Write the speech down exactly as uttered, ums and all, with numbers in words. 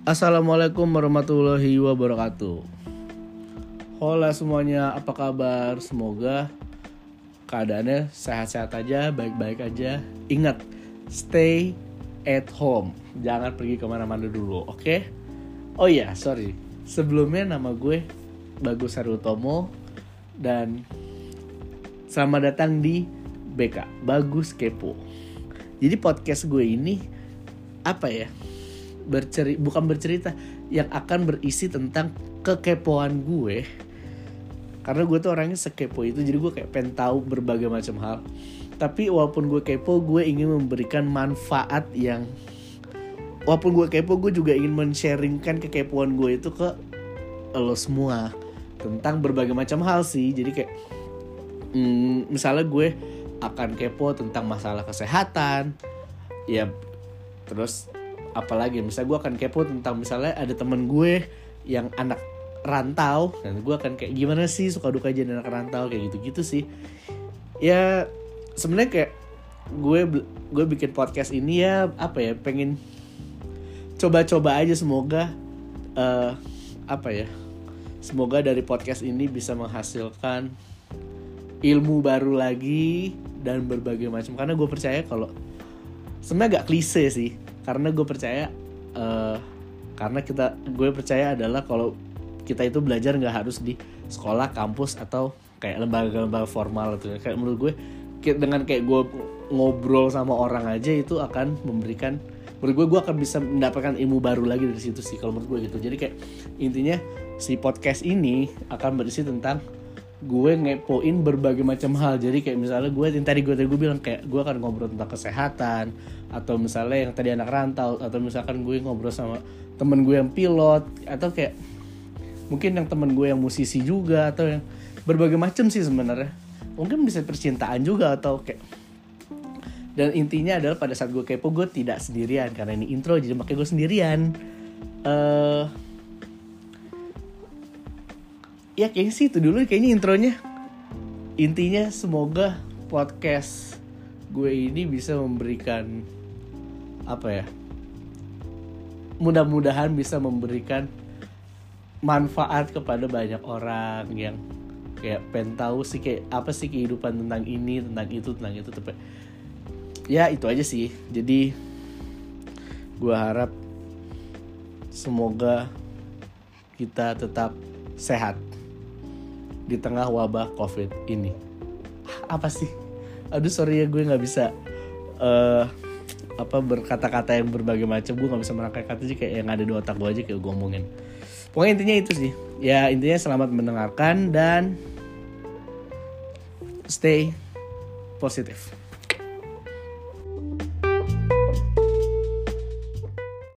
Assalamualaikum warahmatullahi wabarakatuh. Hola semuanya, apa kabar? Semoga keadaannya sehat-sehat aja, baik-baik aja. Ingat, stay at home. Jangan pergi kemana-mana dulu, oke? Okay? Oh iya, sorry. Sebelumnya nama gue Bagus Harutomo. Dan selamat datang di B K, Bagus Kepo. Jadi podcast gue ini apa ya? Berceri, bukan bercerita, yang akan berisi tentang kekepoan gue. Karena gue tuh orangnya sekepo itu, jadi gue kayak pengen tahu berbagai macam hal. Tapi walaupun gue kepo, gue ingin memberikan manfaat yang, walaupun gue kepo, gue juga ingin men-sharingkan kekepoan gue itu ke lo semua tentang berbagai macam hal sih. Jadi kayak hmm, misalnya gue akan kepo tentang masalah kesehatan, ya terus apalagi misalnya gue akan kepo tentang misalnya ada temen gue yang anak rantau, dan gue akan kayak gimana sih suka duka jadi anak rantau, kayak gitu-gitu sih. Ya sebenarnya kayak gue gue bikin podcast ini ya apa ya, pengen coba-coba aja, semoga uh, apa ya semoga dari podcast ini bisa menghasilkan ilmu baru lagi dan berbagai macam. Karena gue percaya kalau sebenarnya agak klise sih, karena gue percaya uh, karena kita gue percaya adalah kalau kita itu belajar nggak harus di sekolah, kampus, atau kayak lembaga-lembaga formal gitu. Kayak menurut gue dengan kayak gue ngobrol sama orang aja itu akan memberikan, menurut gue gue akan bisa mendapatkan ilmu baru lagi dari situ sih kalau menurut gue gitu. Jadi kayak intinya si podcast ini akan berisi tentang gue ngepoin berbagai macam hal. Jadi kayak misalnya gue yang tadi gue tadi gue bilang kayak gue akan ngobrol tentang kesehatan, atau misalnya yang tadi anak rantau, atau misalkan gue ngobrol sama temen gue yang pilot, atau kayak mungkin yang temen gue yang musisi juga, atau yang berbagai macam sih sebenarnya. Mungkin bisa percintaan juga atau kayak. Dan intinya adalah pada saat gue kepo, gue tidak sendirian, karena ini intro jadi makanya gue sendirian. Eh uh, Ya kayaknya sih itu dulu kayaknya intronya. Intinya semoga podcast gue ini bisa memberikan apa ya, mudah-mudahan bisa memberikan manfaat kepada banyak orang yang kayak pengen tahu sih kayak apa sih kehidupan tentang ini, tentang itu, tentang itu. Tapi ya itu aja sih. Jadi gue harap semoga kita tetap sehat di tengah wabah covid ini. Apa sih? Aduh sorry ya, gue gak bisa uh, apa berkata-kata yang berbagai macam. Gue gak bisa merangkai kata aja kayak yang ada di otak gue aja kayak gue ngomongin. Pokoknya intinya itu sih. Ya intinya selamat mendengarkan dan stay positif.